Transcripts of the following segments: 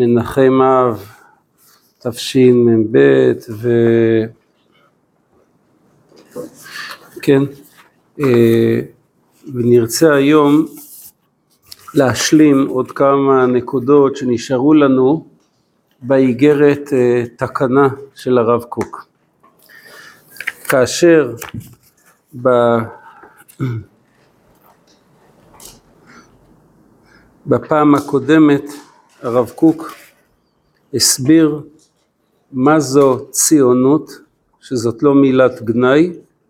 מנחם אב תשמ"ב, כן, ונרצה היום להשלים עוד כמה נקודות שנשארו לנו באיגרת תקנה של הרב קוק. כאשר בפעם הקודמת הרב קוק הסביר מה זו ציונות, שזאת לא מילת גנאי.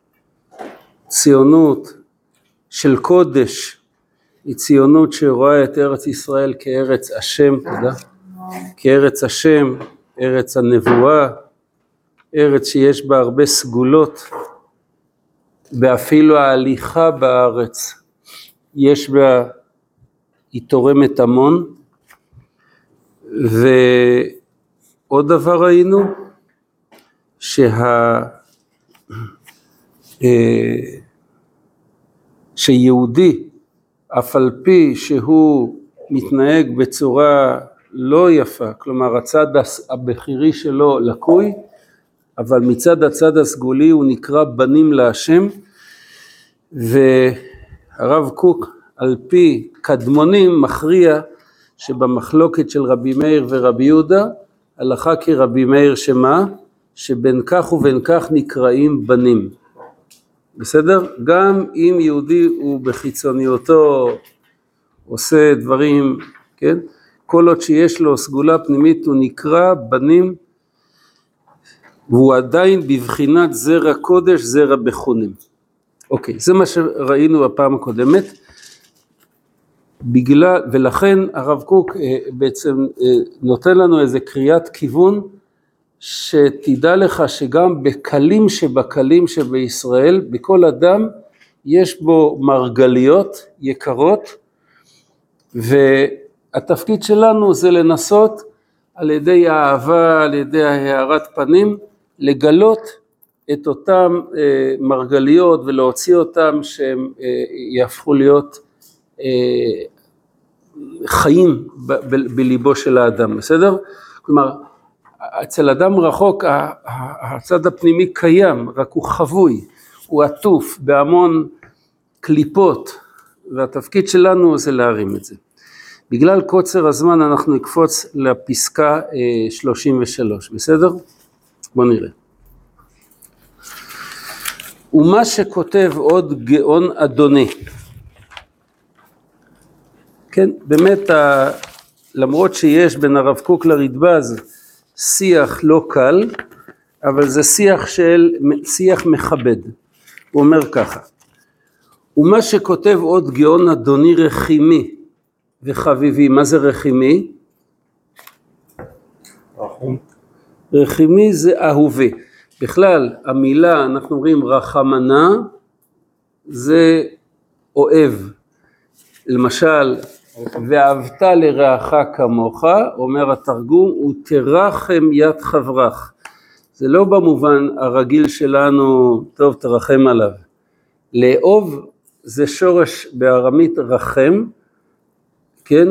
ציונות של קודש היא ציונות שרואה את ארץ ישראל כארץ השם, תודה, כארץ השם, ארץ הנבואה, ארץ שיש בה הרבה סגולות, ואפילו ההליכה בארץ יש בה, היא תורמת המון. ועוד דבר ראינו, שיהודי אף על פי שהוא מתנהג בצורה לא יפה, כלומר הצד הבכירי שלו לקוי, אבל מצד הצד הסגולי הוא נקרא בנים להשם. והרב קוק על פי קדמונים מכריע שבמחלוקת של רבי מאיר ורבי יהודה, הלכה כרבי מאיר שמה? שבין כך ובין כך נקראים בנים. בסדר? גם אם יהודי הוא בחיצוניותו עושה דברים, כן? כל עוד שיש לו סגולה פנימית הוא נקרא בנים, והוא עדיין בבחינת זרע קודש, זרע בחונים. אוקיי, זה מה שראינו בפעם הקודמת. ולכן הרב קוק בעצם נותן לנו איזה קריאת כיוון, שתדע לך שגם בקלים שבקלים שבישראל, בכל אדם יש בו מרגליות יקרות, והתפקיד שלנו זה לנסות על ידי האהבה, על ידי הארת פנים, לגלות את אותם מרגליות ולהוציא אותם שהם יהפכו להיות חיים בליבו של האדם, בסדר? כלומר, אצל אדם רחוק הצד הפנימי קיים, רק הוא חבוי, הוא עטוף בהמון קליפות, והתפקיד שלנו זה להרים את זה. בגלל קוצר הזמן אנחנו נקפוץ לפסקה 33, בסדר? בוא נראה. ומה שכותב עוד גאון אדוני, כן, באמת למרות שיש בין הרב קוק לרדב"ז שיח לא קל, אבל זה שיח מכבד. הוא אומר ככה, ומה שכותב עוד גאון אדוני רחימי וחביבי, מה זה רחימי? רחימי זה אהובי. בכלל המילה אנחנו אומרים רחמנה זה אוהב. למשל, ואהבת לרעך כמוך, אומר התרגום, ותרחם יד חברך. זה לא במובן הרגיל שלנו, טוב תרחם עליו. לאהוב זה שורש בארמית רחם, כן,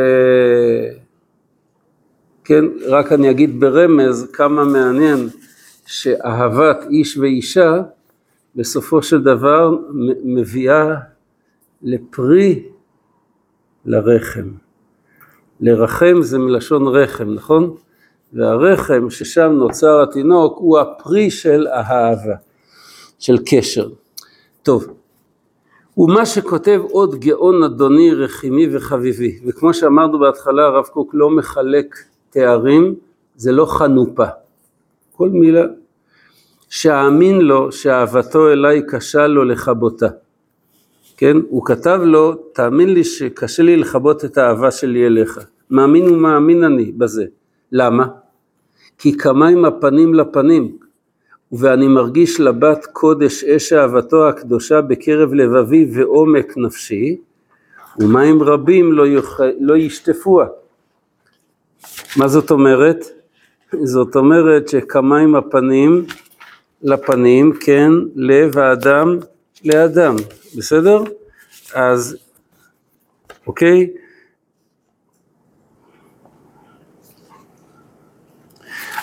כן, רק אני אגיד ברמז כמה מעניין שאהבת איש ואישה בסופו של דבר מביאה לפרי לרחם. לרחם זה מלשון רחם, נכון? והרחם ששם נוצר התינוק הוא הפרי של האהבה, של קשר. טוב, ומה שכותב עוד גאון אדוני רחימי וחביבי, וכמו שאמרנו בהתחלה הרב קוק לא מחלק תארים, זה לא חנופה. כל מילה שאמין לו שאהבתו אליי קשה לו לחבותה. כן, הוא כתב לו, תאמין לי שקשה לי לחבות את האהבה שלי אליך. מאמין ומאמין אני בזה. למה? כי כמים הפנים לפנים, ואני מרגיש לבת קודש אש אהבתו הקדושה בקרב לבבי ועומק נפשי, ומים רבים לא ישטפוה. מה זאת אומרת? זאת אומרת שכמים הפנים לפנים, כן, לב האדם לאדם, בסדר? אז, אוקיי?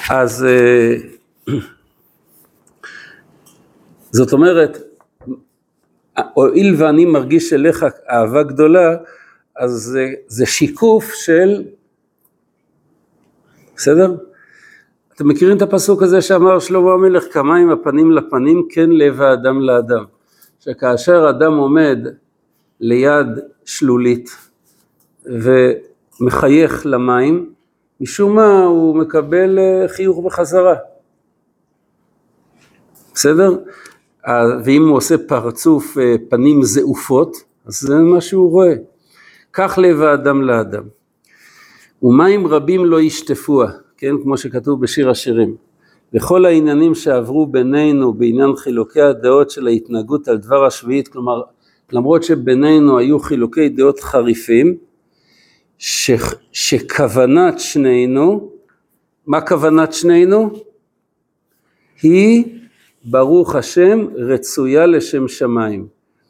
אז זאת אומרת, הואיל ואני מרגיש אליך אהבה גדולה, אז זה שיקוף של, בסדר? אתם מכירים את הפסוק הזה שאמר שלמה המלך, כמים הפנים לפנים, כן לב האדם לאדם. שכאשר אדם עומד ליד שלולית ומחייך למים, משום מה הוא מקבל חיוך בחזרה. בסדר? ואם הוא עושה פרצוף פנים זעופות, אז זה מה שהוא רואה. כך לב האדם לאדם. ומים רבים לא ישטפוה, כן? כמו שכתוב בשיר השירים. וכל העניינים שעברו בינינו בעניין חילוקי הדעות של ההתנהגות על דבר השביעית, כלומר, למרות שבינינו היו חילוקי דעות חריפים, שכוונת שנינו, מה כוונת שנינו? היא ברוך השם רצויה לשם שמיים.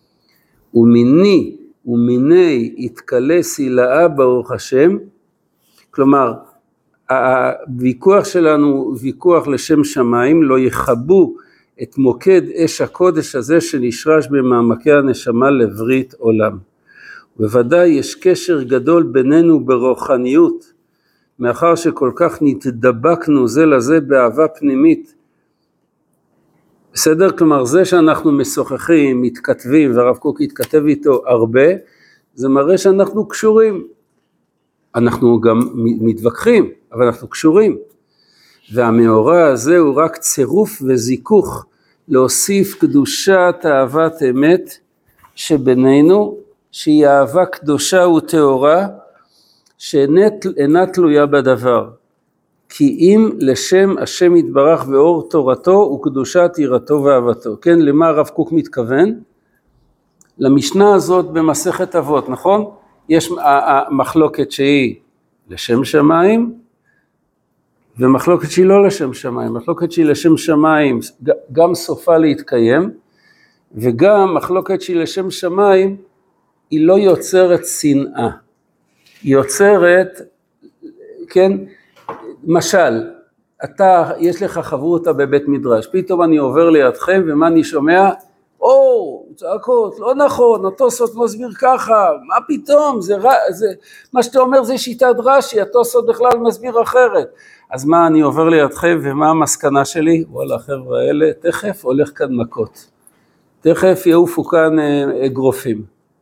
ומיני יתקלה סילאה ברוך השם, כלומר, הוויכוח שלנו הוא ויכוח לשם שמיים, לא יכבו את מוקד אש הקודש הזה שנשרש במעמקי הנשמה לברית עולם. בוודאי יש קשר גדול בינינו ברוחניות, מאחר שכל כך נתדבקנו זה לזה באהבה פנימית. בסדר? כלומר זה שאנחנו משוחחים, מתכתבים, והרב קוק התכתב איתו הרבה, זה מראה שאנחנו קשורים. אנחנו גם מתווכחים, אבל אנחנו קשורים. והמאורע הזה הוא רק צירוף וזיכוך, להוסיף קדושת אהבת אמת שבינינו, שהיא אהבה קדושה וטהורה, שאינה תלויה בדבר. כי אם לשם השם יתברך ואור תורתו וקדושת יראתו ואהבתו. כן, למה הרב קוק מתכוון? למשנה הזאת במסכת אבות, נכון? יש המחלוקת שהיא לשם שמיים, ומחלוקת שהיא לא לשם שמיים. מחלוקת שהיא לשם שמיים גם סופה להתקיים, וגם מחלוקת שהיא לשם שמיים, היא לא יוצרת שנאה. היא יוצרת, כן, משל, יש לך חברותה בבית מדרש, פתאום אני עובר לידכם, ומה אני שומע? צעקות, לא נכון, התוספות מסביר ככה, מה פתאום, מה שאתה אומר זה שיטת רש"י, התוספות בכלל מסביר אחרת. אז מה, אני עובר לידכם, ומה המסקנה שלי? וואלה, החבר'ה האלה, תכף הולך כאן מכות, תכף יעופו כאן אגרופים.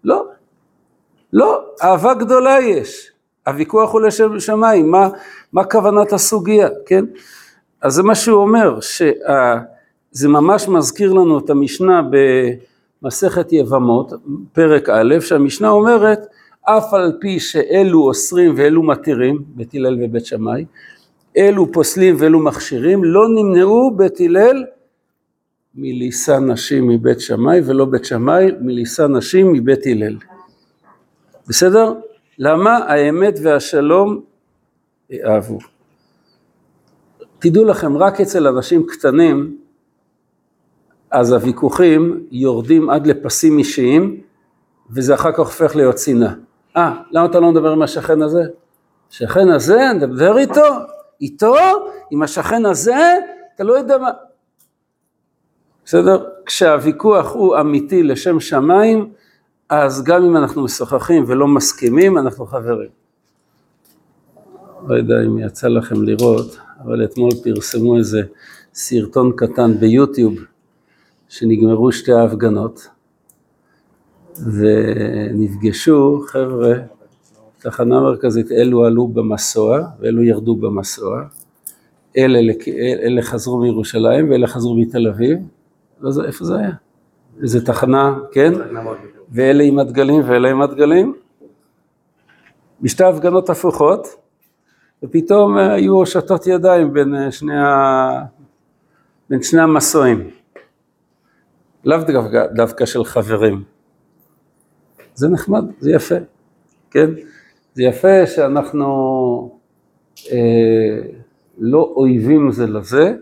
לא, אהבה גדולה יש, הוויכוח הוא לשם שמיים, מה כוונת הסוגיה, כן? אז זה מה שהוא אומר, זה ממש מזכיר לנו את המשנה במסכת יבמות, פרק א', שהמשנה אומרת, אף על פי שאלו אוסרים ואלו מתירים, בית הלל ובית שמאי, אלו פוסלים ואלו מכשירים, לא נמנעו בית הלל מלישא נשים מבית שמאי, ולא בית שמאי מלישא נשים מבית הלל. בסדר? למה? האמת והשלום אהבו. תדעו לכם, רק אצל אנשים קטנים, אז הוויכוחים יורדים עד לפסים אישיים, וזה אחר כך הופך להיות שנאה. למה אתה לא מדבר עם השכן הזה? השכן הזה, נדבר איתו, עם השכן הזה, אתה לא יודע מה. בסדר? כשהוויכוח הוא אמיתי לשם שמיים, אז גם אם אנחנו משוחחים ולא מסכימים, אנחנו חברים. לא יודע אם יצא לכם לראות, אבל אתמול פרסמו איזה סרטון קטן ביוטיוב, שנגמרו שתי ההפגנות, ונפגשו חבר'ה, תחנה מרכזית, אלו עלו במסוע, ואלו ירדו במסוע, אלה חזרו מירושלים, ואלה חזרו מתל אביב, לא יודע איפה זה היה? איזה תחנה, כן? ואלה עם הדגלים, ואלה עם הדגלים, בשתי הפגנות הפוכות, ופתאום היו הושטות ידיים בין שני המסועים. לאו דווקא של חברים. זה נחמד, זה יפה, כן? זה יפה שאנחנו לא אויבים זה לזה,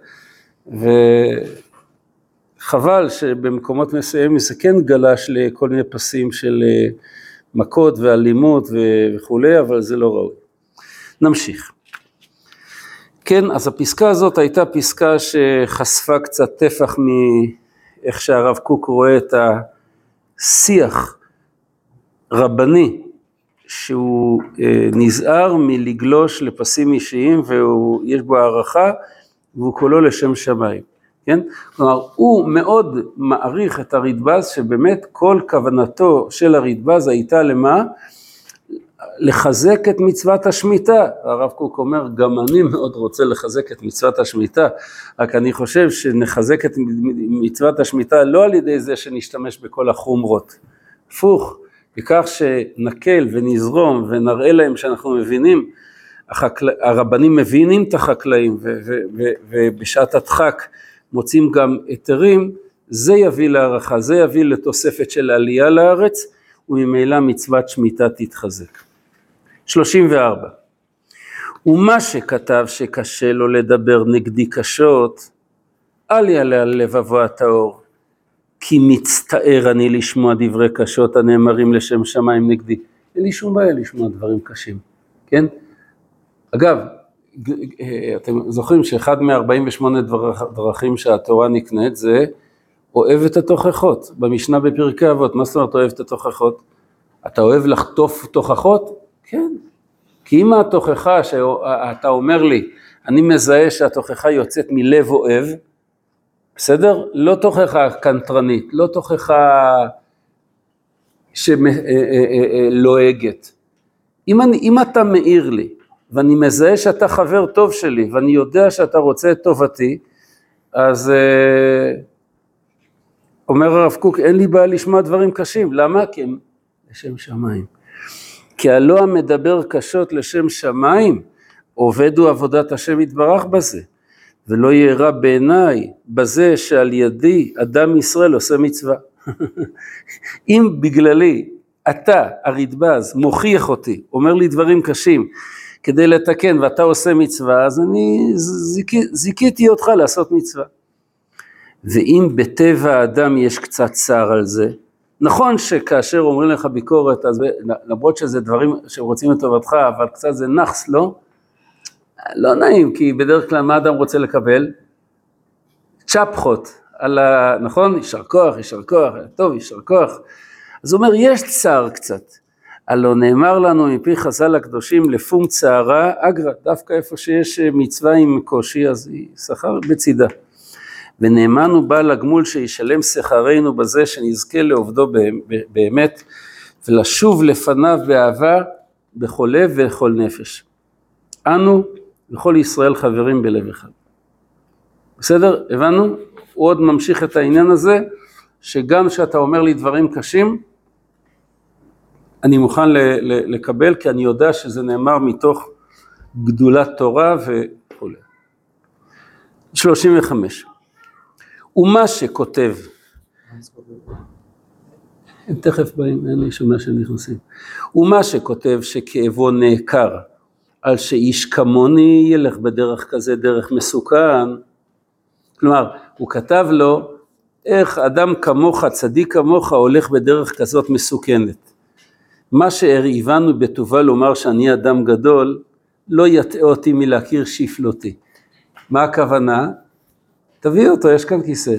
וחבל שבמקומות מסוימים זה כן גלש לכל מיני פסים של מכות ואלימות וכו', אבל זה לא ראוי. נמשיך. כן, אז הפסקה הזאת הייתה פסקה שחשפה קצת טפח מאיך שהרב קוק רואה את השיח רבני, שהוא נזהר מלגלוש לפסים אישיים, ויש בו הערכה, והוא כולו לשם שמיים, כן? כלומר, הוא מאוד מעריך את הרדב"ז, שבאמת כל כוונתו של הרדב"ז הייתה למה? לחזק את מצוות השמיטה. הרב קוק אומר, גם אני מאוד רוצה לחזק את מצוות השמיטה, רק אני חושב שנחזק את מצוות השמיטה לא על ידי זה שנשתמש בכל החומרות, הפוך, בכך שנקל ונזרום ונראה להם שאנחנו מבינים, הרבנים מבינים את החקלאים, ובשעת הדחק מוצאים גם היתרים, זה יביא להערכה, זה יביא לתוספת של עלייה לארץ, וממילא מצוות שמיטה תתחזק. 34. ומה שכתב שקשה לו לדבר נגדי קשות, אל יעלה על לבבו הטהור, כי מצטער אני לשמוע דברי קשות הנאמרים לשם שמיים נגדי. אין לי שום בעיה לשמוע דברים קשים, כן? אגב, אתם זוכרים שאחד מ-48 דרכים שהתורה נקנית זה אוהב את התוכחות, במשנה בפרקי אבות. מה זאת אומרת אוהב את התוכחות? אתה אוהב לחטוף תוכחות? כן. כי אם התוכחה שאתה אומר לי, אני מזהה שהתוכחה יוצאת מלב אוהב, בסדר? לא תוכחה קנטרנית, לא תוכחה שלועגת. אם אתה מאיר לי, ואני מזהה שאתה חבר טוב שלי, ואני יודע שאתה רוצה את טובתי, אז אומר הרב קוק, אין לי בעיה לשמוע דברים קשים. למה? כי הם לשם שמיים. כי הלא המדבר קשות לשם שמיים, עובד הוא עבודת השם יתברך בזה, ולא יראה בעיניי בזה שעל ידי אדם ישראל עושה מצווה. אם בגללי אתה, הרדב"ז, מוכיח אותי, אומר לי דברים קשים, כדי לתקן ואתה עושה מצווה, אז אני זיכיתי אותך לעשות מצווה. ואם בטבע האדם יש קצת צער על זה, נכון שכאשר אומרים לך ביקורת, אז למרות שזה דברים שרוצים לטובתך, אבל קצת זה נחס, לא? לא נעים, כי בדרך כלל מה אדם רוצה לקבל? צ'פחות, נכון? יישר כוח, טוב, יישר כוח. אז הוא אומר, יש צער קצת. הלא נאמר לנו מפי חז"ל הקדושים, לפום צערה אגרא, דווקא איפה שיש מצווה עם קושי, אז היא שכר בצידה. ונאמן הוא בא לגמול שישלם שכרנו בזה שנזכה לעובדו באמת, ולשוב לפניו באהבה בכל לב ובכל נפש. אנו וכל ישראל חברים בלב אחד. בסדר? הבנו? הוא עוד ממשיך את העניין הזה, שגם שאתה אומר לי דברים קשים, אני מוכן לקבל, כי אני יודע שזה נאמר מתוך גדולת תורה וכו'. 35. ומה שכותב, תכף באים, אין לי שומע שנכנסים. ומה שכותב שכאבו נעקר, על שאיש כמוני ילך בדרך כזה, דרך מסוכן. כלומר, הוא כתב לו, איך אדם כמוך, צדיק כמוך, הולך בדרך כזאת מסוכנת. מה שהרעיבנו בטובה לומר שאני אדם גדול, לא יטעה אותי מלהכיר שפלותי. מה הכוונה? תביא אותו, יש כאן כיסא.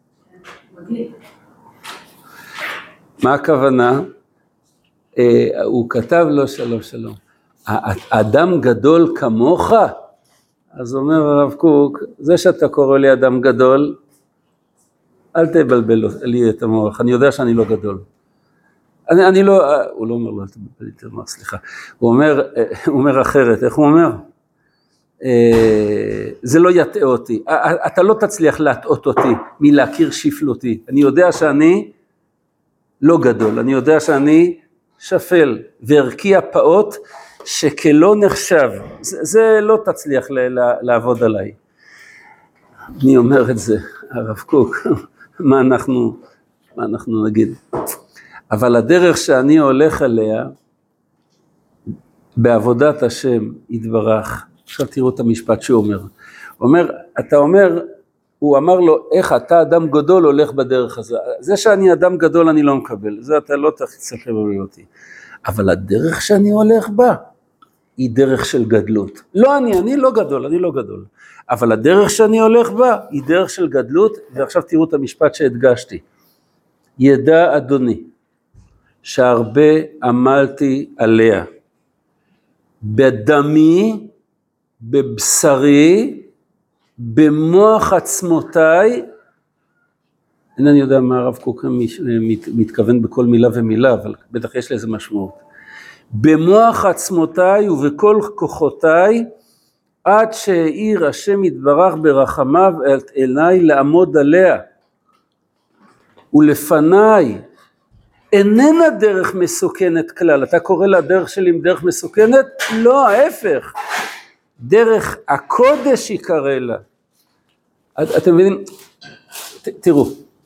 מה הכוונה? הוא כתב לו שלום. אדם גדול כמוך? אז אומר הרב קוק, זה שאתה קורא לי אדם גדול, אל תבלבל לי את המוח, אני יודע שאני לא גדול. אני לא, הוא לא אומר לו, אל תבלבל לי את המוח, סליחה. הוא אומר אחרת, איך הוא אומר? זה לא יטעה אותי, אתה לא תצליח להטעות אותי מלהכיר שפלותי. אני יודע שאני לא גדול, אני יודע שאני שפל, וערכי הפעוט שכלא נחשב, זה לא תצליח לעבוד עליי. אני אומר את זה, הרב קוק, מה אנחנו נגיד? אבל הדרך שאני הולך עליה, בעבודת השם יתברך, עכשיו תראו את המשפט שהוא אומר. אתה אומר, הוא אמר לו, איך אתה אדם גדול הולך בדרך הזה? זה שאני אדם גדול אני לא מקבל, זה אתה לא תצטרך לבוא אותי. אבל הדרך שאני הולך בה, היא דרך של גדלות. לא אני לא גדול, אבל הדרך שאני הולך בה היא דרך של גדלות, ועכשיו תראו את המשפט שהדגשתי. ידע אדוני, שהרבה עמלתי עליה, בדמי, בבשרי, במוח עצמותיי, אינני יודע מה הרב קוק מתכוון בכל מילה ומילה, אבל בטח יש לזה משמעות. במוח עצמותיי ובכל כוחותיי, עד שהאיר השם יתברך ברחמיו את עיניי לעמוד עליה, ולפניי איננה דרך מסוכנת כלל. אתה קורא לה דרך שלי עם דרך מסוכנת? לא, ההפך. דרך הקודש יקרא לה. אתם מבינים? תראו.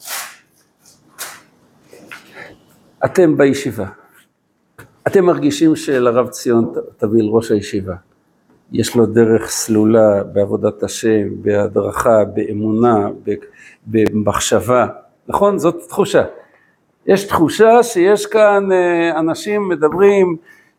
אתם בישיבה. אתם מרגישים שלרב ציון תביל ראש הישיבה. יש לו דרך סלולה בעבודת השם, בהדרכה, באמונה, במחשבה. נכון? זאת תחושה. יש תחושה שיש כאן אנשים מדברים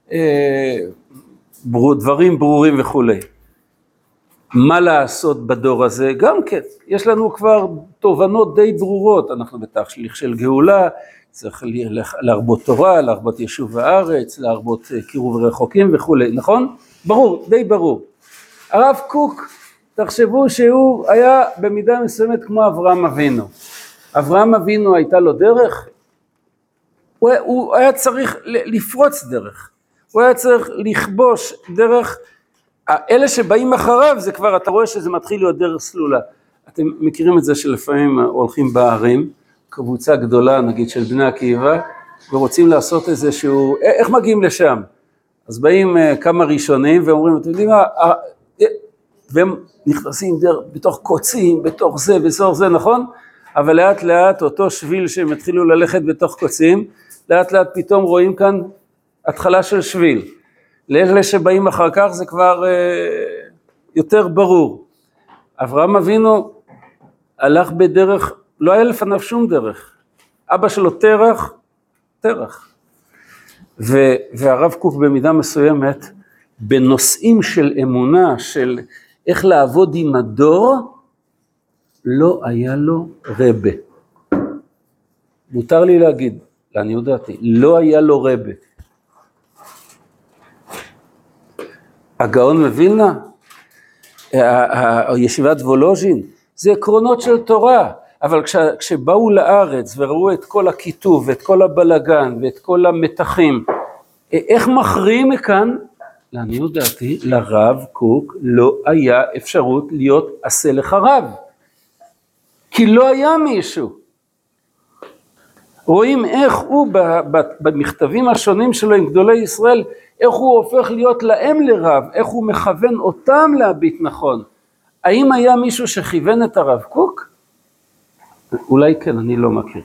דברים ברורים וכו'. מה לעשות בדור הזה? גם כן, יש לנו כבר תובנות די ברורות, אנחנו בתהליך של גאולה, צריך להרבות תורה, להרבות יישוב הארץ, להרבות קירוב רחוקים וכו', נכון? ברור, די ברור. הרב קוק, תחשבו שהוא היה במידה מסוימת כמו אברהם אבינו. אברהם אבינו הייתה לו דרך, הוא היה צריך לפרוץ דרך, הוא היה צריך לכבוש דרך, אלה שבאים אחריו זה כבר, אתה רואה שזה מתחיל להיות דרך סלולה. אתם מכירים את זה שלפעמים הולכים בערים, קבוצה גדולה נגיד של בני עקיבא, ורוצים לעשות איזשהו, איך מגיעים לשם? אז באים כמה ראשונים ואומרים, אתם יודעים מה, והם נכנסים בתוך קוצים, בתוך זה, בסור זה, נכון? אבל לאט לאט אותו שביל שהם התחילו ללכת בתוך קוצים, לאט לאט פתאום רואים כאן התחלה של שביל. לאלה שבאים אחר כך זה כבר יותר ברור. אברהם אבינו הלך בדרך, לא היה לפניו שום דרך. אבא שלו תרח. והרב קוק במידה מסוימת, בנושאים של אמונה, של איך לעבוד עם הדור, לא היה לו רבה. מותר לי להגיד, לעניות דעתי, לא היה לו רבה. הגאון מווילנה, ישיבת וולוז'ין, זה עקרונות של תורה, אבל כשבאו לארץ וראו את כל הכיתוב, ואת כל הבלגן, ואת כל המתחים, איך מכריעים מכאן? לעניות דעתי, לרב קוק לא היה אפשרות להיות עשה לך רב, כי לא היה מישהו. רואים איך הוא במכתבים השונים שלו עם גדולי ישראל, איך הוא הופך להיות להם לרב, איך הוא מכוון אותם להביט נכון. האם היה מישהו שכיוון את הרב קוק? אולי כן, אני לא מכיר.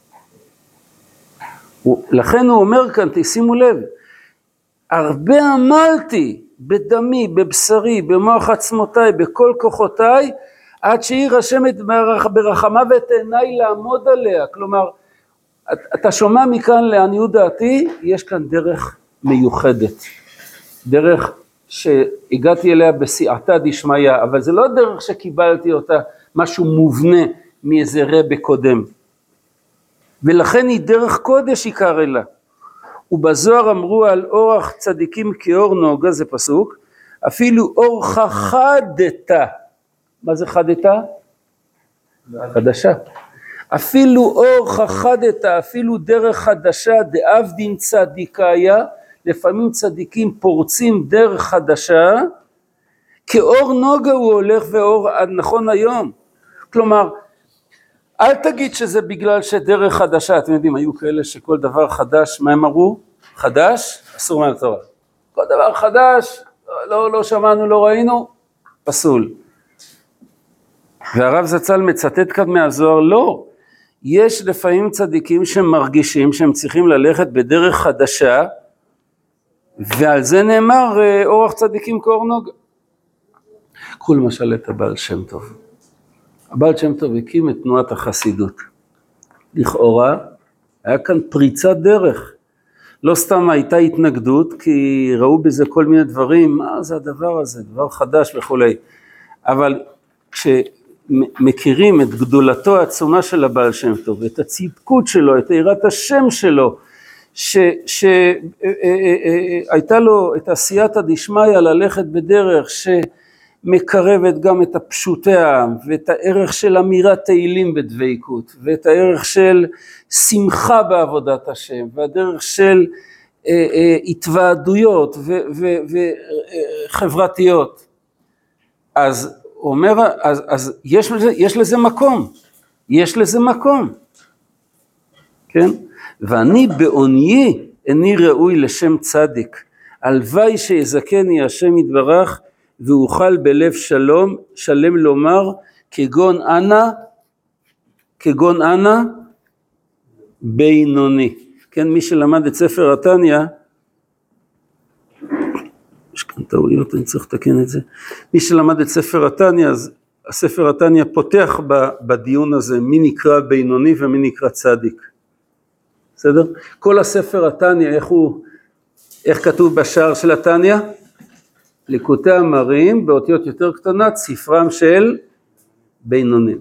לכן הוא אומר כאן, תשימו לב, הרבה עמלתי בדמי, בבשרי, במוח עצמותיי, בכל כוחותיי, עד שהאיר השם ברחמיו את עיניי לעמוד עליה. כלומר, אתה שומע מכאן לעניות דעתי, יש כאן דרך מיוחדת. דרך שהגעתי אליה בסייעתא דשמיא, אבל זה לא דרך שקיבלתי אותה, משהו מובנה מאיזה רבי קודם. ולכן היא דרך קודש יקרא לה. ובזוהר אמרו על אורח צדיקים כאור נוגה, זה פסוק, אפילו אור חדתה. מה זה חדתה? חדשה. אפילו אור חדתה, אפילו דרך חדשה, דאבדין צדיקיה, לפעמים צדיקים פורצים דרך חדשה, כאור נוגה הוא הולך ואור עד נכון היום. כלומר, אל תגיד שזה בגלל שדרך חדשה, אתם יודעים, היו כאלה שכל דבר חדש, מה הם אמרו? חדש, אסור מהתורה. כל דבר חדש, לא שמענו, לא ראינו, פסול. והרב זצ"ל מצטט כאן מהזוהר, לא. יש לפעמים צדיקים שמרגישים שהם צריכים ללכת בדרך חדשה, ועל זה נאמר אורח צדיקים כאור נוגה. קחו למשל את הבעל שם טוב. הבעל שם טוב הקים את תנועת החסידות. לכאורה היה כאן פריצת דרך. לא סתם הייתה התנגדות, כי ראו בזה כל מיני דברים, מה זה הדבר הזה, דבר חדש וכולי. אבל כשמכירים את גדולתו העצומה של הבעל שם טוב, את הצדקות שלו, את יראת השם שלו, שהייתה לו את עשייתא דשמיא ללכת בדרך שמקרבת גם את הפשוטי העם, ואת הערך של אמירת תהילים בדבקות, ואת הערך של שמחה בעבודת השם, והדרך של התוועדויות וחברתיות. אז הוא אומר, אז יש לזה מקום, יש לזה מקום, כן? ואני בעוניי איני ראוי לשם צדיק, הלוואי שיזכני השם יתברך ואוכל בלב שלם לומר כגון אנא בינוני. כן, מי שלמד את ספר התניא, יש כאן טעויות, אני צריך לתקן את זה. מי שלמד את ספר התניא, אז הספר התניא פותח בדיון הזה מי נקרא בינוני ומי נקרא צדיק. בסדר? כל הספר התניא, איך כתוב בשער של התניא? ליקוטי המרים באותיות יותר קטנות, ספרם של בינונים.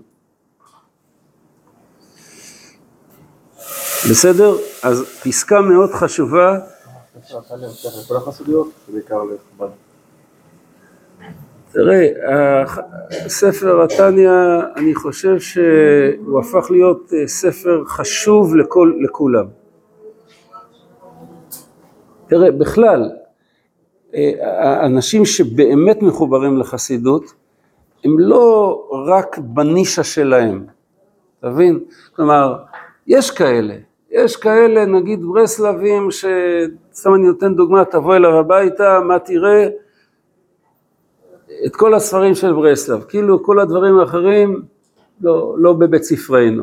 בסדר? אז פסקה מאוד חשובה. כל החסידויות, בעיקר לחב"ד. תראה, ספר התניא, אני חושב שהוא הפך להיות ספר חשוב לכולם. תראה, בכלל, האנשים שבאמת מחוברים לחסידות, הם לא רק בנישה שלהם, תבין? כלומר, יש כאלה, נגיד ברסלבים, סתם אני נותן דוגמה, תבוא אליו הביתה, מה תראה? את כל הספרים של ברסלב, כאילו כל הדברים האחרים לא בבית ספרנו.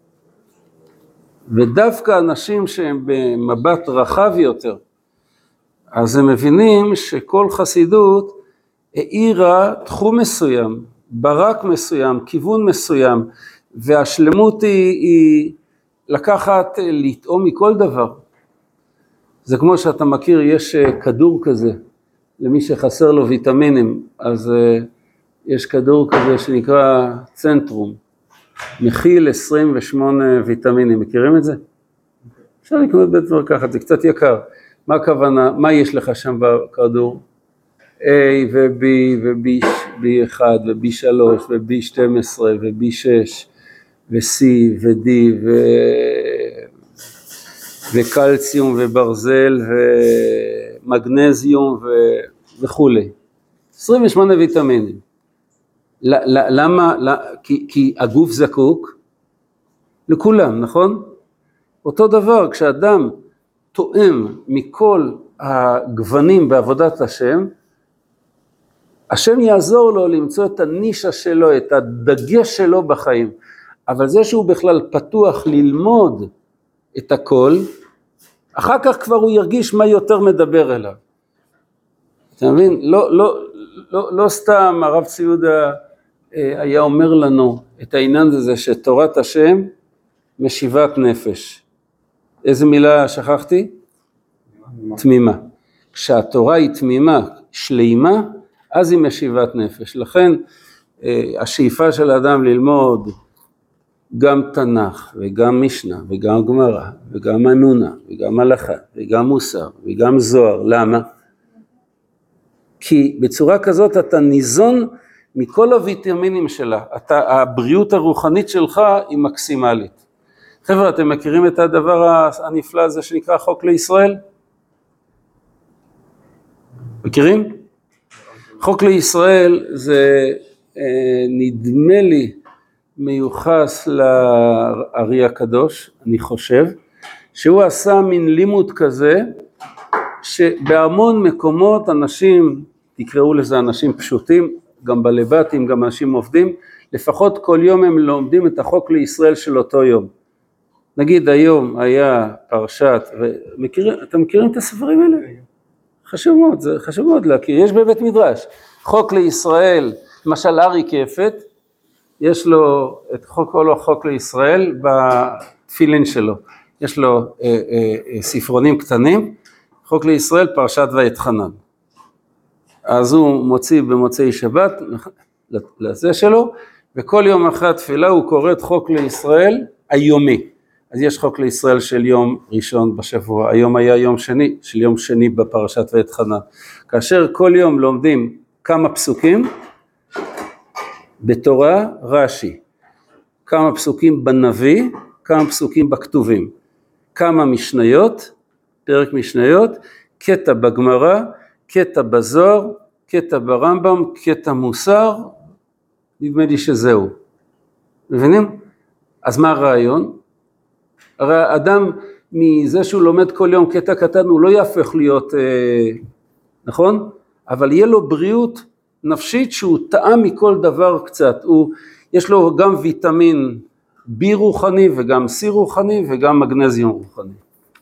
ודווקא אנשים שהם במבט רחב יותר, אז הם מבינים שכל חסידות העירה תחום מסוים, ברק מסוים, כיוון מסוים, והשלמות היא לקחת, לטעום מכל דבר. זה כמו שאתה מכיר, יש כדור כזה, למי שחסר לו ויטמינים, אז יש כדור כזה שנקרא צנטרום, מכיל 28 ויטמינים, מכירים את זה? אפשר לקנות בית מרקחת, זה קצת יקר. מה הכוונה? מה יש לך שם בכדור? A ו-B ו-B1 ו-B3 ו-B12 ו-B6 ו-C ו-D וקלציום וברזל ומגנזיום וכו'. 28 ויטמינים. למה? כי הגוף זקוק לכולם, נכון? אותו דבר, כשאדם תואם מכל הגוונים בעבודת השם, השם יעזור לו למצוא את הנישה שלו, את הדגש שלו בחיים. אבל זה שהוא בכלל פתוח ללמוד את הכל, אחר כך כבר הוא ירגיש מה יותר מדבר אליו. אתה מבין? לא סתם הרב ציודה היה אומר לנו את העניין הזה שתורת השם משיבת נפש. איזה מילה שכחתי? תמימה. כשהתורה היא תמימה, שלימה, אז היא משיבת נפש. לכן השאיפה של האדם ללמוד גם תנ"ך וגם משנה וגם גמרא וגם אמונה וגם הלכה וגם מוסר וגם זוהר. למה? כי בצורה כזאת אתה ניזון מכל הוויטמינים שלה. הבריאות הרוחנית שלך היא מקסימלית. חבר'ה, אתם מכירים את הדבר הנפלא הזה שנקרא חוק לישראל? מכירים? חוק לישראל זה נדמה לי מיוחס לארי הקדוש, אני חושב, שהוא עשה מין לימוד כזה, שבהמון מקומות אנשים, תקראו לזה אנשים פשוטים, גם בלבטים, גם אנשים עובדים, לפחות כל יום הם לומדים את החוק לישראל של אותו יום. נגיד היום היה פרשת, אתם מכירים את הספרים האלה? חשוב מאוד, זה חשוב מאוד להכיר, יש בבית מדרש, חוק לישראל, למשל ארי קפת, יש לו את חוק לישראל בתפילין שלו, יש לו ספרונים קטנים, חוק לישראל פרשת ויתחנן. אז הוא מוציא במוצאי שבת לזה שלו, וכל יום אחרי התפילה הוא קורא את חוק לישראל היומי. אז יש חוק לישראל של יום ראשון בשבוע, היום היה יום שני, של יום שני בפרשת ויתחנן. כאשר כל יום לומדים כמה פסוקים, בתורה רש"י, כמה פסוקים בנביא, כמה פסוקים בכתובים, כמה משניות, פרק משניות, קטע בגמרא, קטע בזוהר, קטע ברמב"ם, קטע מוסר, נדמה לי שזהו. מבינים? אז מה הרעיון? הרי האדם מזה שהוא לומד כל יום קטע קטן, הוא לא יהפך להיות, נכון? אבל יהיה לו בריאות נפשית שהוא טעם מכל דבר קצת. יש לו גם ויטמין B רוחני וגם C רוחני וגם מגנזיום רוחני.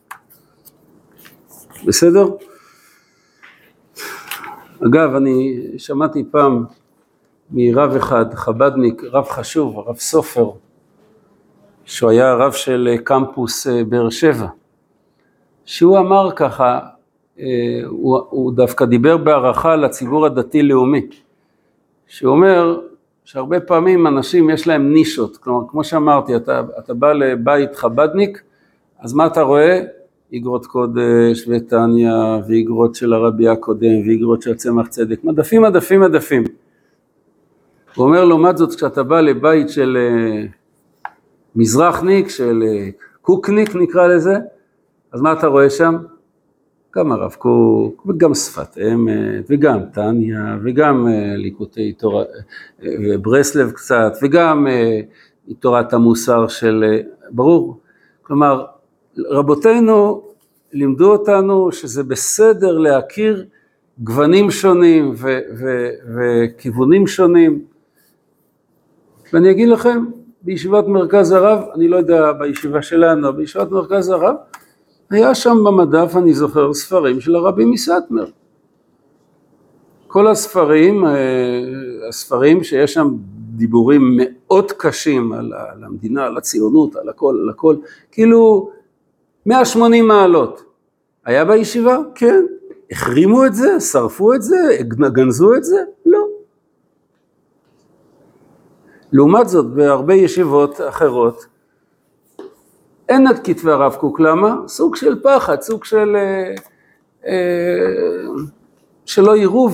בסדר? אגב, אני שמעתי פעם מרב אחד, חבדניק, רב חשוב, רב סופר, שהוא היה רב של קמפוס באר שבע, שהוא אמר ככה, הוא דווקא דיבר בהערכה לציבור הדתי-לאומי, שהוא אומר שהרבה פעמים אנשים יש להם נישות, כלומר, כמו שאמרתי, אתה בא לבית חבדניק, אז מה אתה רואה? איגרות קודש ותניה, ואיגרות של הרבי הקודם, ואיגרות של צמח צדק, מדפים, מדפים, מדפים. הוא אומר, לעומת זאת, כשאתה בא לבית של מזרחניק, של קוקניק נקרא לזה, אז מה אתה רואה שם? גם הרב קוק, וגם שפת אמת, וגם תניה, וגם ליקוטי תורה, ברסלב קצת, וגם תורת המוסר של, ברור, כלומר, רבותינו לימדו אותנו שזה בסדר להכיר גוונים שונים וכיוונים שונים, ואני אגיד לכם, בישיבת מרכז הרב, אני לא יודע בישיבה שלנו, בישיבת מרכז הרב, היה שם במדף, אני זוכר, ספרים של הרבי מסטמר. כל הספרים שיש שם דיבורים מאוד קשים על המדינה, על הציונות, על הכל, כאילו 180 מעלות. היה בישיבה? כן. החרימו את זה, שרפו את זה, גנזו את זה? לא. לעומת זאת, בהרבה ישיבות אחרות, אין את כתבי הרב קוק, למה? סוג של פחד, סוג של שלא יראו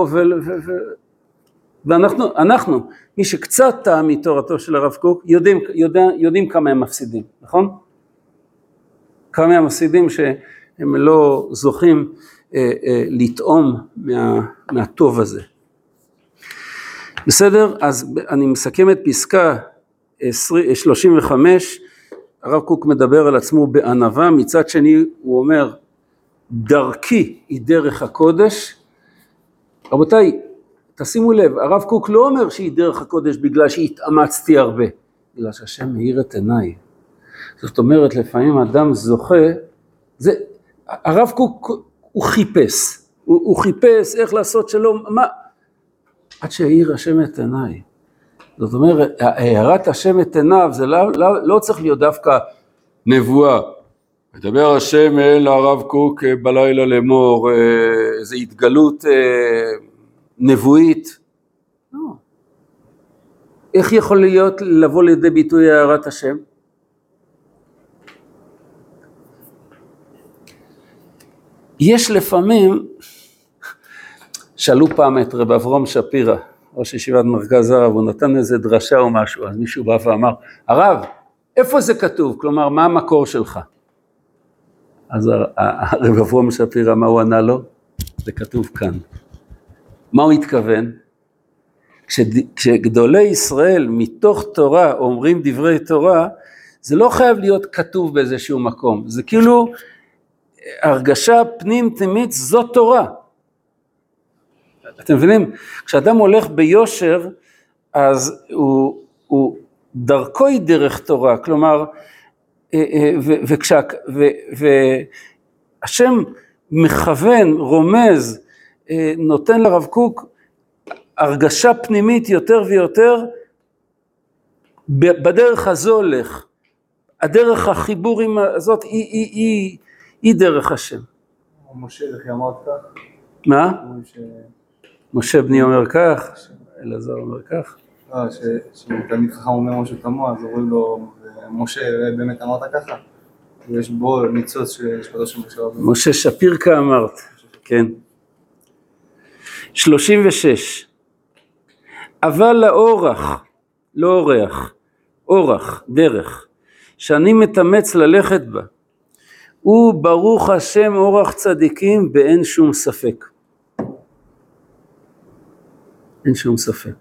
ואנחנו, מי שקצת טעם מתורתו של הרב קוק, יודעים כמה הם מפסידים, נכון? כמה הם מפסידים שהם לא זוכים לטעום מהטוב הזה. בסדר? אז אני מסכם את פסקה 35, הרב קוק מדבר על עצמו בענווה, מצד שני הוא אומר, דרכי היא דרך הקודש. רבותיי, תשימו לב, הרב קוק לא אומר שהיא דרך הקודש בגלל שהתאמצתי הרבה, בגלל שהשם מאיר את עיניי. זאת אומרת, לפעמים אדם זוכה, הרב קוק הוא חיפש, הוא חיפש איך לעשות שלום, עד שהאיר השם את עיניי. זאת אומרת, הערת השם את עיניו, זה לא צריך להיות דווקא נבואה. מדבר השם אל הרב קוק בלילה לאמור, איזו התגלות נבואית. לא. איך יכול להיות לבוא לידי ביטוי הערת השם? יש לפעמים, שאלו פעם את רב אברהם שפירא, ראש ישיבת מרכז הרב, הוא נתן איזה דרשה או משהו, אז מישהו בא ואמר, הרב, איפה זה כתוב? כלומר, מה המקור שלך? אז הרב אברהם שפירא, מה הוא ענה לו? זה כתוב כאן. מה הוא התכוון? כשגדולי ישראל מתוך תורה אומרים דברי תורה, זה לא חייב להיות כתוב באיזשהו מקום, זה כאילו הרגשה פנים תמיד זאת תורה. אתם מבינים? כשאדם הולך ביושר, אז הוא דרכו היא דרך תורה, כלומר, והשם מכוון, רומז, נותן לרב קוק הרגשה פנימית יותר ויותר, בדרך הזו הולך. הדרך החיבור הזאת היא דרך השם. משה, איך אמרת כך? מה? משה בני אומר כך, אלעזר אומר כך. שתמיד חכם אומר משהו תמוה, אז אומרים לו, משה באמת אמרת ככה? ויש בו ניצוץ שיש פתו של משה רבנו. משה שפירקה אמרת, כן. 36. אבל לאורח, לא אורח, אורח, דרך, שאני מתאמץ ללכת בה, הוא ברוך השם אורח צדיקים ואין שום ספק. אין שום ספק.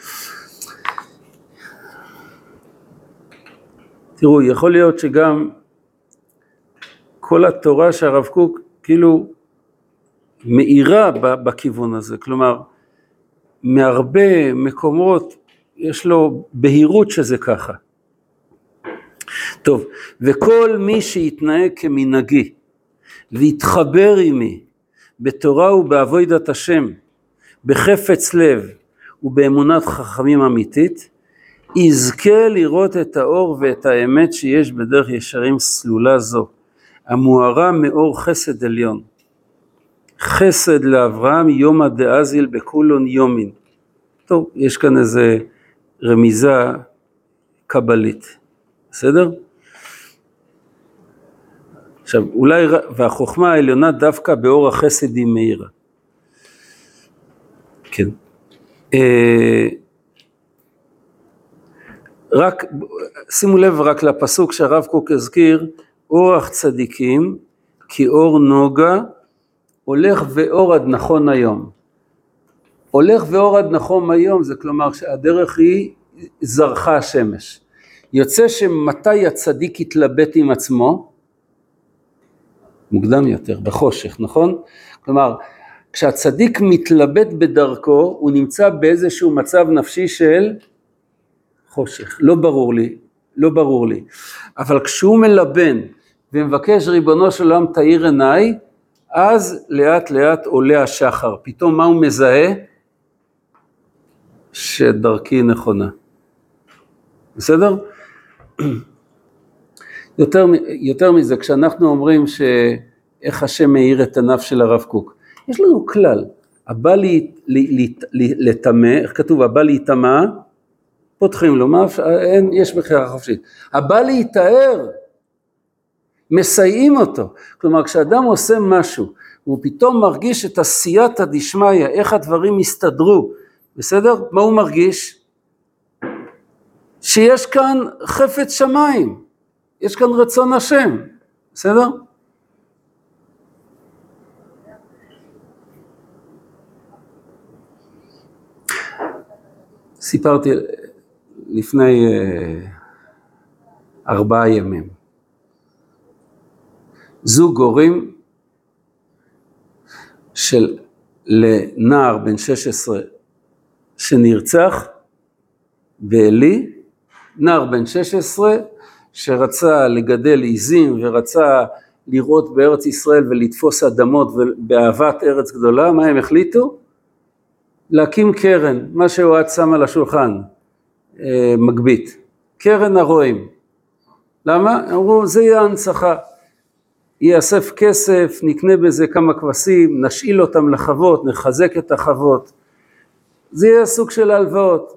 תראו, יכול להיות שגם כל התורה שהרב קוק כאילו מאירה בכיוון הזה, כלומר, מהרבה מקומות יש לו בהירות שזה ככה. טוב, וכל מי שיתנהג כמנהגי ויתחבר עמי בתורה ובעבודת השם, בחפץ לב ובאמונת חכמים אמיתית, יזכה לראות את האור ואת האמת שיש בדרך ישרים סלולה זו, המוארה מאור חסד עליון. חסד לאברהם יומא דאזיל בכולון יומין. טוב, יש כאן איזה רמיזה קבלית, בסדר? עכשיו, אולי, והחוכמה העליונה דווקא באור החסד היא מאירה. כן. רק, שימו לב רק לפסוק שהרב קוק הזכיר, אורח צדיקים, כי אור נוגה, הולך ואור עד נכון היום. הולך ואור עד נכון היום, זה כלומר שהדרך היא זרחה השמש. יוצא שמתי הצדיק יתלבט עם עצמו, מוקדם יותר, בחושך, נכון? כלומר, כשהצדיק מתלבט בדרכו, הוא נמצא באיזשהו מצב נפשי של חושך, לא ברור לי. אבל כשהוא מלבן ומבקש ריבונו של עולם תאיר עיניי, אז לאט לאט עולה השחר. פתאום מה הוא מזהה? שדרכי נכונה. בסדר? יותר מזה, כשאנחנו אומרים שאיך השם מאיר את עיניו של הרב קוק, יש לנו כלל, הבא לטמא, איך כתוב, הבא להיטמא, פותחים לו, יש בחירה חופשית. הבא להיטהר, מסייעים אותו. כלומר, כשאדם עושה משהו, הוא פתאום מרגיש את עשייתא דשמיא, איך הדברים מסתדרו, בסדר? מה הוא מרגיש? שיש כאן חפץ שמיים, יש כאן רצון השם, בסדר? סיפרתי לפני 4 ימים, זוג הורים של לנער בן 16 שנרצח באלי, נער בן 16 שרצה לגדל עיזים ורצה לראות בארץ ישראל ולתפוס אדמות ובאהבת ארץ גדולה, מה הם החליטו? להקים קרן, מה שהוא שם על השולחן, מגבית, קרן הרועים. למה? אמרו, זה יהיה הנצחה, יאסף כסף, נקנה בזה כמה כבשים, נשאיל אותם לחוות, נחזק את החוות, זה יהיה סוג של הלוואות.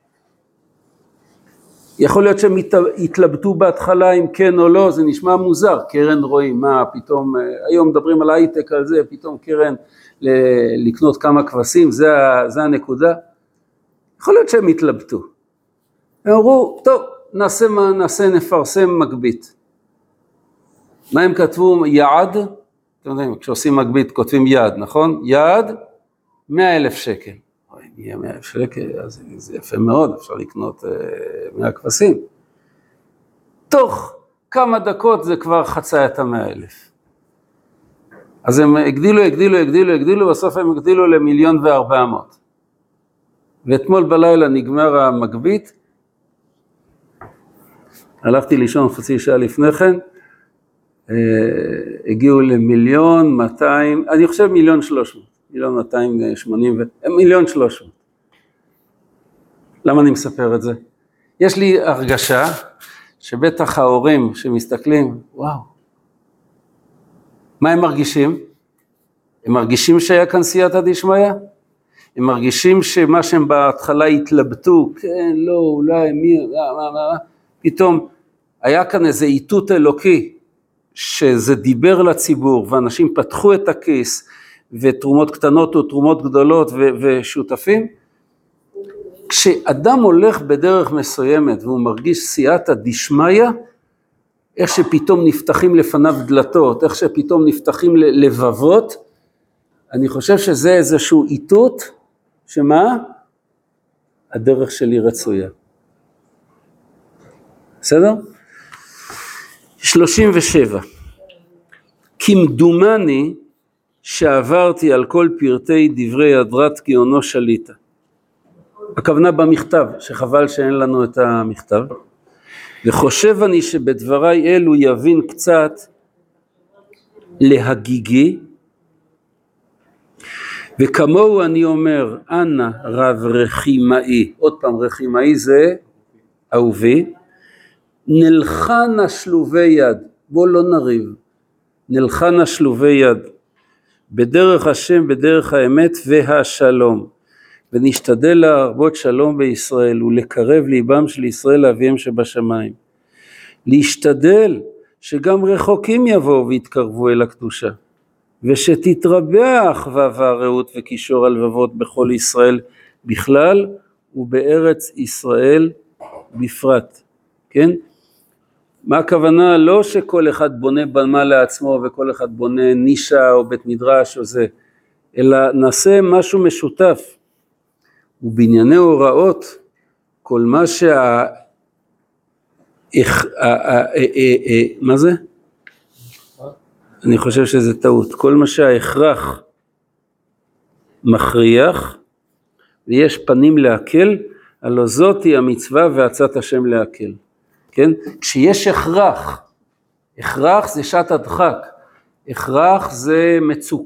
יכול להיות שהם התלבטו בהתחלה אם כן או לא, זה נשמע מוזר, קרן רואים, מה פתאום, היום מדברים על הייטק על זה, פתאום קרן לקנות כמה כבשים, זה הנקודה. יכול להיות שהם התלבטו. הם אמרו, טוב, נעשה נפרסם מגבית. מה הם כתבו? יעד, אתם יודעים, כשעושים מגבית כותבים יעד, נכון? יעד, 100,000 שקל. יהיה 100,000 שקל, אז זה יפה מאוד, אפשר לקנות 100 כבשים. תוך כמה דקות זה כבר חצה את 100,000. אז הם הגדילו, בסוף הם הגדילו ל1,400,000. ואתמול בלילה נגמר המגבית, הלכתי לישון חצי שעה לפני כן, הגיעו ל1,200,000, אני חושב 1,300,000. 1,280,000, 1,300,000. למה אני מספר את זה? יש לי הרגשה שבטח ההורים שמסתכלים, וואו, מה הם מרגישים? הם מרגישים שהיה כאן סייעתא דשמיא? הם מרגישים שמה שהם בהתחלה התלבטו, כן, לא, אולי, מי, מה, פתאום היה כאן איזה איתות אלוקי, שזה דיבר לציבור, ואנשים פתחו את הכיס, ותרומות קטנות ותרומות גדולות ושותפים. כשאדם הולך בדרך מסוימת, והוא מרגיש סייעתא דשמיא, איך שפתאום נפתחים לפניו דלתות, איך שפתאום נפתחים לבבות, אני חושב שזה איזשהו איתות, שמה? הדרך שלי רצויה. בסדר? 37. כמדומני שעברתי על כל פרטי דברי הדרת גאונו שליטה. הכוונה במכתב, שחבל שאין לנו את המכתב. וחושב אני שבדבריי אלו יבין קצת להגיגי, וכמוהו אני אומר, אנא רב רחימאי, עוד פעם רחימאי זה אהובי, נלחנה שלובי יד, בוא לא נריב, נלחנה שלובי יד, בדרך השם, בדרך האמת והשלום, ונשתדל להרבות שלום בישראל, ולקרב ליבם של ישראל לאביהם שבשמיים, להשתדל שגם רחוקים יבואו ויתקרבו אל הקדושה, ושתתרבה האחווה והרעות וקישור הלבבות בכל ישראל בכלל, ובארץ ישראל בפרט, כן? מה הכוונה? לא שכל אחד בונה במה לעצמו, וכל אחד בונה נישה או בית מדרש או זה, אלא נעשה משהו משותף, ובענייני הוראות, כל מה מה זה? אני חושב שזה טעות. כל מה שההכרח מכריח, ויש פנים להקל, הלא זאת היא המצווה ועצת השם להקל. כן? כשיש הכרח, הכרח זה שעת הדחק, הכרח זה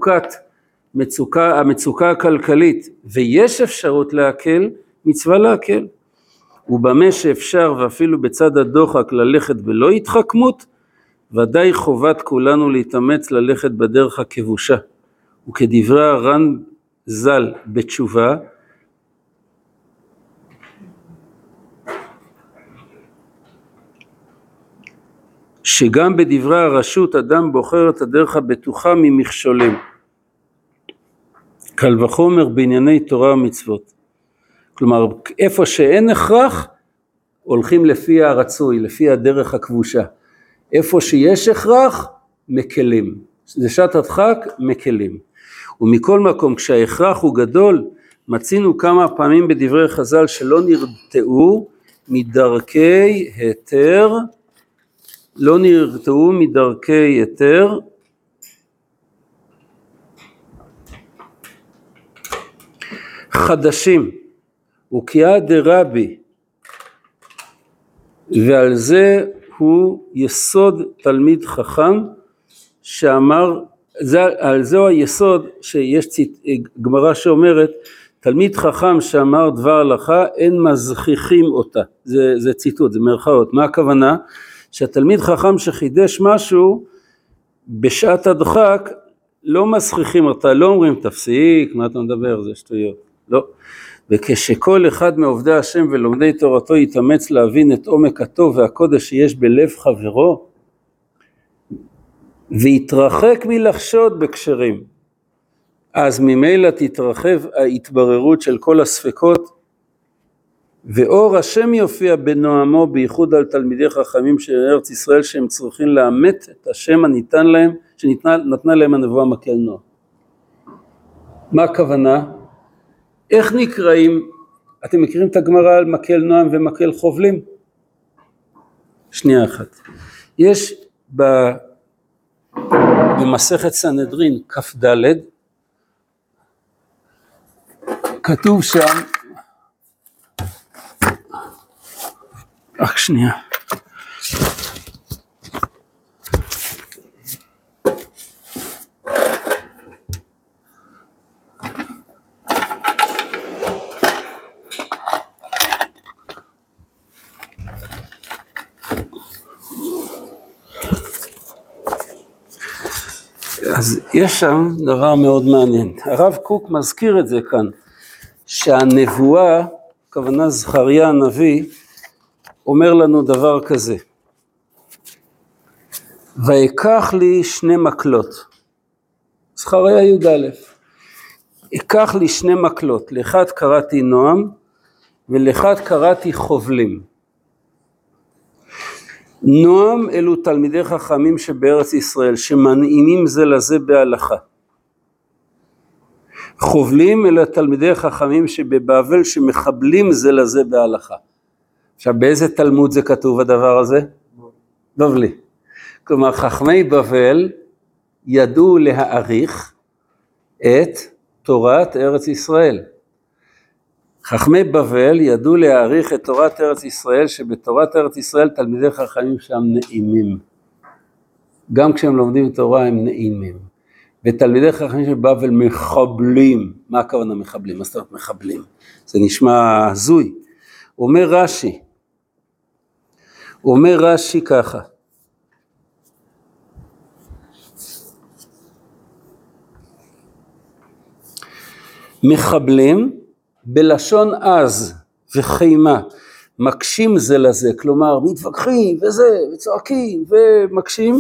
המצוקה הכלכלית, ויש אפשרות להקל, מצווה להקל. ובמה שאפשר ואפילו בצד הדוחק ללכת בלא התחכמות, ודאי חובת כולנו להתאמץ ללכת בדרך הכבושה. וכדברי הר"ן ז"ל בתשובה, שגם בדברי הרשות אדם בוחר את הדרך הבטוחה ממכשולים. קל וחומר בענייני תורה ומצוות. כלומר, איפה שאין הכרח, הולכים לפי הרצוי, לפי הדרך הכבושה. איפה שיש הכרח, מקלים. זה שעת הדחק, מקלים. ומכל מקום, כשההכרח הוא גדול, מצינו כמה פעמים בדברי חז"ל שלא נרתעו מדרכי היתר, לא נרתעו מדרכי היתר, חדשים, וקיאה דרבי, ועל זה הוא יסוד תלמיד חכם, שאמר, על זה הוא היסוד, שיש גמרא שאומרת, תלמיד חכם שאמר דבר הלכה, אין מזכיחים אותה. זה ציטוט, זה מרכאות. מה הכוונה? שהתלמיד חכם שחידש משהו, בשעת הדחק, לא מזכיחים אותה, לא אומרים תפסיק, מה אתה מדבר, זה שטויות. לא. וכשכל אחד מעובדי השם ולומדי תורתו יתאמץ להבין את עומק הטוב והקודש שיש בלב חברו, ויתרחק מלחשוד בקשרים, אז ממילא תתרחב ההתבררות של כל הספקות, ואור השם יופיע בנועמו, בייחוד על תלמידי חכמים של ארץ ישראל, שהם צריכים לאמת את השם הניתן להם, שנתנה להם הנבואה מקל נועם. מה הכוונה? איך נקראים, אתם מכירים את הגמרא על מקל נועם ומקל חובלים? שנייה אחת. יש במסכת סנהדרין כ"ד, כתוב שם, רק שנייה. אז יש שם דבר מאוד מעניין. הרב קוק מזכיר את זה כאן, שהנבואה, כוונה זכריה הנביא, אומר לנו דבר כזה. ויקח לי 2 מקלות. זכריה י"א. אקח לי 2 מקלות, לאחד קראתי נועם, ולאחד קראתי חובלים. נועם אלו תלמידי חכמים שבארץ ישראל, שמנעימים זה לזה בהלכה. חובלים אלו תלמידי חכמים שבבבל, שמחבלים זה לזה בהלכה. עכשיו, באיזה תלמוד זה כתוב הדבר הזה? בבלי. כלומר, חכמי בבל ידעו להעריך את תורת ארץ ישראל. חכמי בבל ידעו להעריך את תורת ארץ ישראל, שבתורת ארץ ישראל תלמידי חכמים שם נעימים. גם כשהם לומדים תורה הם נעימים. ותלמידי חכמים של בבל מחבלים. מה הכוונה מחבלים? מה זאת אומרת מחבלים? זה נשמע הזוי. אומר רש"י ככה. מחבלים בלשון עז וחימה, מקשים זה לזה, כלומר מתווכחים וזה, וצועקים ומקשים,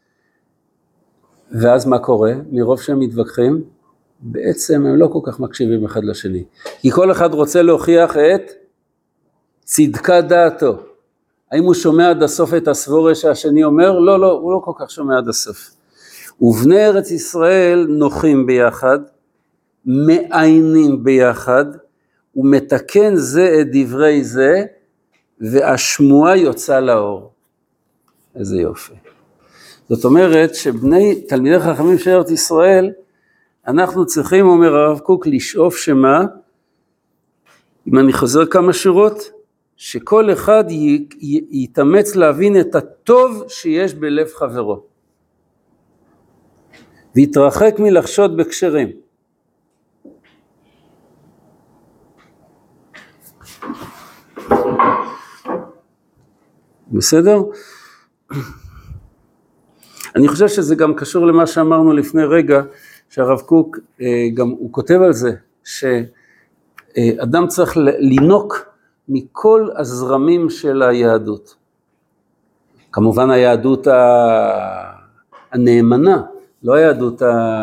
ואז מה קורה? מרוב שהם מתווכחים, בעצם הם לא כל כך מקשיבים אחד לשני, כי כל אחד רוצה להוכיח את צדקת דעתו. האם הוא שומע עד הסוף את הסבורה שהשני אומר? לא, הוא לא כל כך שומע עד הסוף. ובני ארץ ישראל נוחים ביחד, מעיינים ביחד, ומתקן זה את דברי זה, והשמועה יוצא לאור. איזה יופי. זאת אומרת שבני תלמידי חכמים של ארץ ישראל, אנחנו צריכים, אומר הרב קוק, לשאוף שמה, אם אני חוזר כמה שורות, שכל אחד יתאמץ להבין את הטוב שיש בלב חברו. ויתרחק מלחשוד בקשרים. בסדר? אני חושב שזה גם קשור למה שאמרנו לפני רגע, שהרב קוק גם הוא כותב על זה, שאדם צריך לינוק מכל הזרמים של היהדות. כמובן היהדות הנאמנה, לא היהדות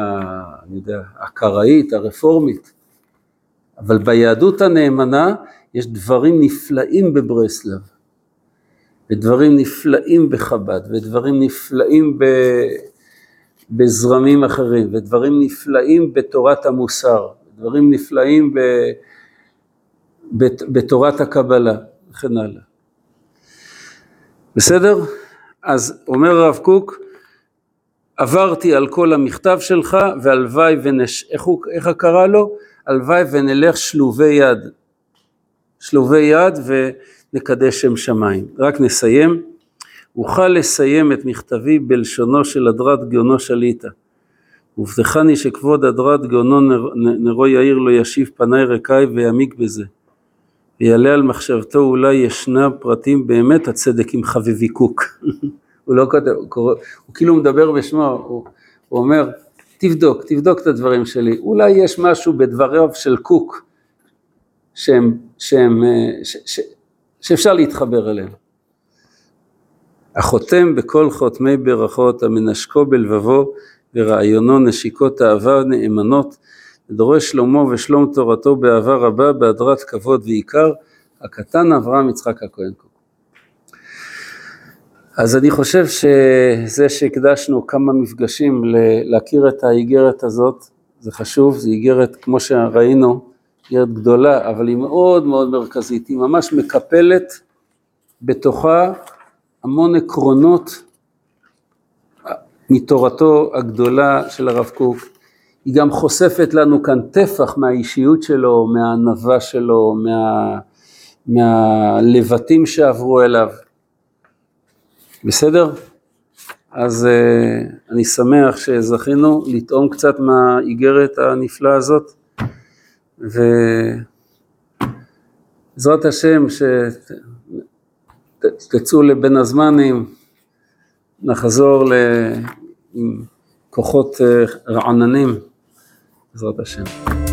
הקראית, הרפורמית, אבל ביהדות הנאמנה יש דברים נפלאים בברסלב, ודברים נפלאים בחב"ד, ודברים נפלאים בזרמים אחרים, ודברים נפלאים בתורת המוסר, דברים נפלאים בתורת הקבלה, וכן הלאה. בסדר? אז אומר הרב קוק, עברתי על כל המכתב שלך, והלוואי איך קרא לו? הלוואי ונלך שלובי יד ונקדש שם שמיים. רק נסיים. אוכל לסיים את מכתבי בלשונו של הדרת גאונו שליטה. ובטחני שכבוד הדרת גאונו נרו יאיר לו ישיב פני רקאי ויעמיק בזה. ויעלה על מחשבתו אולי ישנה פרטים באמת הצדק עם חביבי קוק. הוא לא כותב, הוא כאילו מדבר בשמו, הוא אומר, תבדוק את הדברים שלי, אולי יש משהו בדבריו של קוק, שאפשר להתחבר אליהם. החותם בכל חותמי ברכות, המנשקו בלבבו, ורעיונו נשיקות אהבה נאמנות, ודורש שלמה ושלום תורתו באהבה רבה, בהדרת כבוד ועיקר, הקטן אברהם יצחק הכהן קוק. אז אני חושב שזה שהקדשנו כמה מפגשים להכיר את האיגרת הזאת, זה חשוב, זה איגרת כמו שראינו, איגרת גדולה, אבל היא מאוד מאוד מרכזית, היא ממש מקפלת בתוכה המון עקרונות מתורתו הגדולה של הרב קוק, היא גם חושפת לנו כאן טפח מהאישיות שלו, מהענווה שלו, מהלבטים שעברו אליו. בסדר? אז אני שמח שזכינו לטעום קצת מהאיגרת הנפלאה הזאת, ובעזרת השם שתצאו לבין הזמנים, נחזור עם כוחות רעננים, בעזרת השם.